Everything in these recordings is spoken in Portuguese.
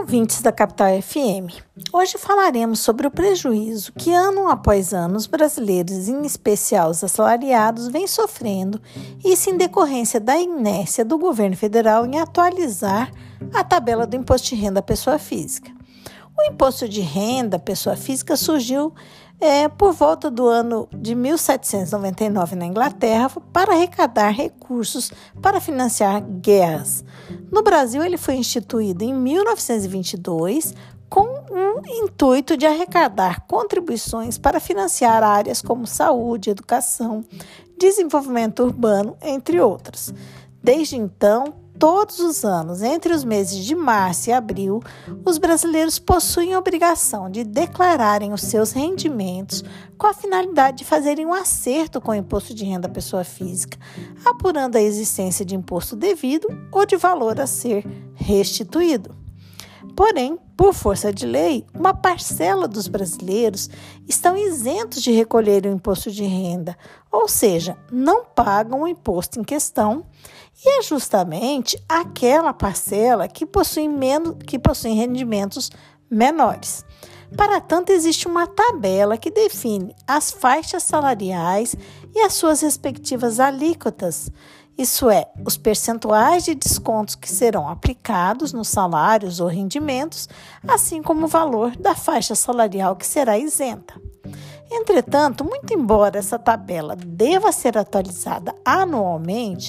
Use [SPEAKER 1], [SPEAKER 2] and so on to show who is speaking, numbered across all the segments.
[SPEAKER 1] ouvintes da Capital FM. Hoje falaremos sobre o prejuízo que ano após ano os brasileiros, em especial os assalariados, vêm sofrendo, isso em decorrência da inércia do governo federal em atualizar a tabela do imposto de renda à pessoa física. O imposto de renda à pessoa física surgiu por volta do ano de 1799 na Inglaterra para arrecadar recursos para financiar guerras. No Brasil, ele foi instituído em 1922 com o intuito de arrecadar contribuições para financiar áreas como saúde, educação, desenvolvimento urbano, entre outras. Desde então, todos os anos, entre os meses de março e abril, os brasileiros possuem a obrigação de declararem os seus rendimentos com a finalidade de fazerem um acerto com o imposto de renda à pessoa física, apurando a existência de imposto devido ou de valor a ser restituído. Porém, por força de lei, uma parcela dos brasileiros estão isentos de recolher o imposto de renda, ou seja, não pagam o imposto em questão, e é justamente aquela parcela que possui rendimentos menores. Para tanto, existe uma tabela que define as faixas salariais e as suas respectivas alíquotas, isso é, os percentuais de descontos que serão aplicados nos salários ou rendimentos, assim como o valor da faixa salarial que será isenta. Entretanto, muito embora essa tabela deva ser atualizada anualmente,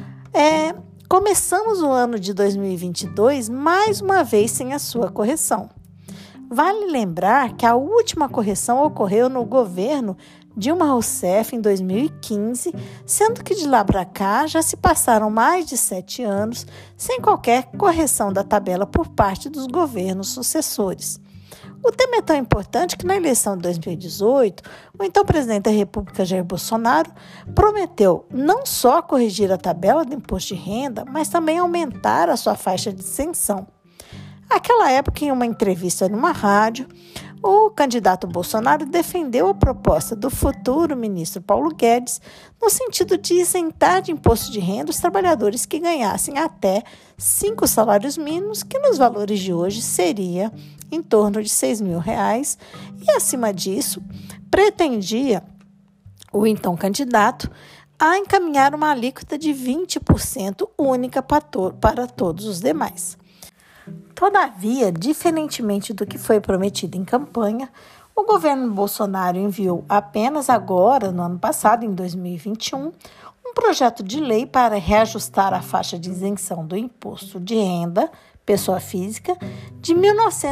[SPEAKER 1] começamos o ano de 2022 mais uma vez sem a sua correção. Vale lembrar que a última correção ocorreu no governo Dilma Rousseff em 2015, sendo que de lá para cá já se passaram mais de 7 anos sem qualquer correção da tabela por parte dos governos sucessores. O tema é tão importante que na eleição de 2018, o então presidente da República, Jair Bolsonaro, prometeu não só corrigir a tabela do imposto de renda, mas também aumentar a sua faixa de isenção. Naquela época, em uma entrevista numa rádio, o candidato Bolsonaro defendeu a proposta do futuro ministro Paulo Guedes no sentido de isentar de imposto de renda os trabalhadores que ganhassem até 5 salários mínimos, que nos valores de hoje seria em torno de R$ 6.000, e acima disso, pretendia o então candidato a encaminhar uma alíquota de 20% única para todos os demais. Todavia, diferentemente do que foi prometido em campanha, o governo Bolsonaro enviou apenas agora, no ano passado, em 2021, um projeto de lei para reajustar a faixa de isenção do imposto de renda, pessoa física, de R$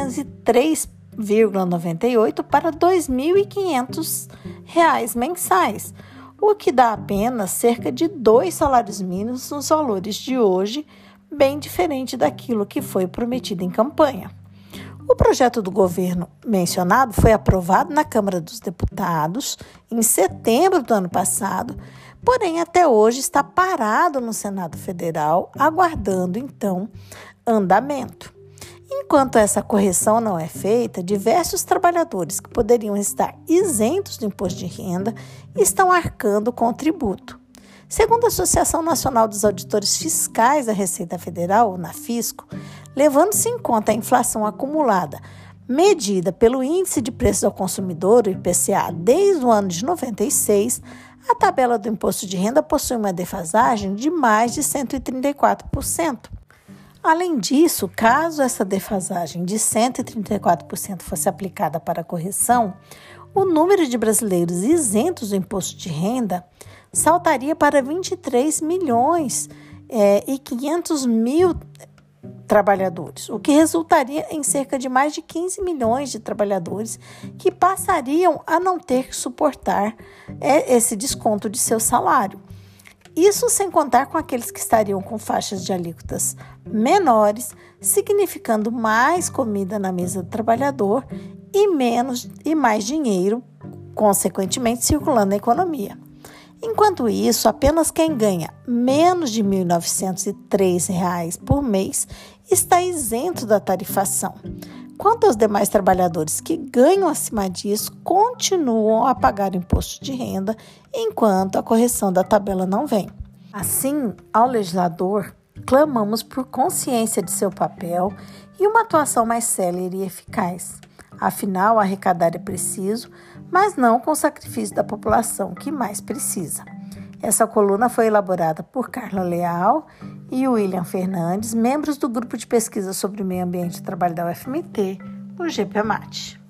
[SPEAKER 1] 1.903,98 para R$ 2.500 mensais, o que dá apenas cerca de 2 salários mínimos nos valores de hoje, bem diferente daquilo que foi prometido em campanha. O projeto do governo mencionado foi aprovado na Câmara dos Deputados em setembro do ano passado, porém até hoje está parado no Senado Federal, aguardando então andamento. Enquanto essa correção não é feita, diversos trabalhadores que poderiam estar isentos do imposto de renda estão arcando com o tributo. Segundo a Associação Nacional dos Auditores Fiscais da Receita Federal, NAFISCO, levando-se em conta a inflação acumulada, medida pelo Índice de Preços ao Consumidor, o IPCA, desde o ano de 96, a tabela do imposto de renda possui uma defasagem de mais de 134%. Além disso, caso essa defasagem de 134% fosse aplicada para a correção, o número de brasileiros isentos do imposto de renda saltaria para 23 milhões e 500 mil trabalhadores, o que resultaria em cerca de mais de 15 milhões de trabalhadores que passariam a não ter que suportar esse desconto de seu salário. Isso sem contar com aqueles que estariam com faixas de alíquotas menores, significando mais comida na mesa do trabalhador e mais dinheiro, consequentemente, circulando na economia. Enquanto isso, apenas quem ganha menos de R$ 1.903 por mês está isento da tarifação. Quanto aos demais trabalhadores que ganham acima disso, continuam a pagar imposto de renda enquanto a correção da tabela não vem. Assim, ao legislador clamamos por consciência de seu papel e uma atuação mais célere e eficaz. Afinal, arrecadar é preciso, mas não com o sacrifício da população que mais precisa. Essa coluna foi elaborada por Carla Leal e William Fernandes, membros do Grupo de Pesquisa sobre o Meio Ambiente e Trabalho da UFMT, o GPMAT.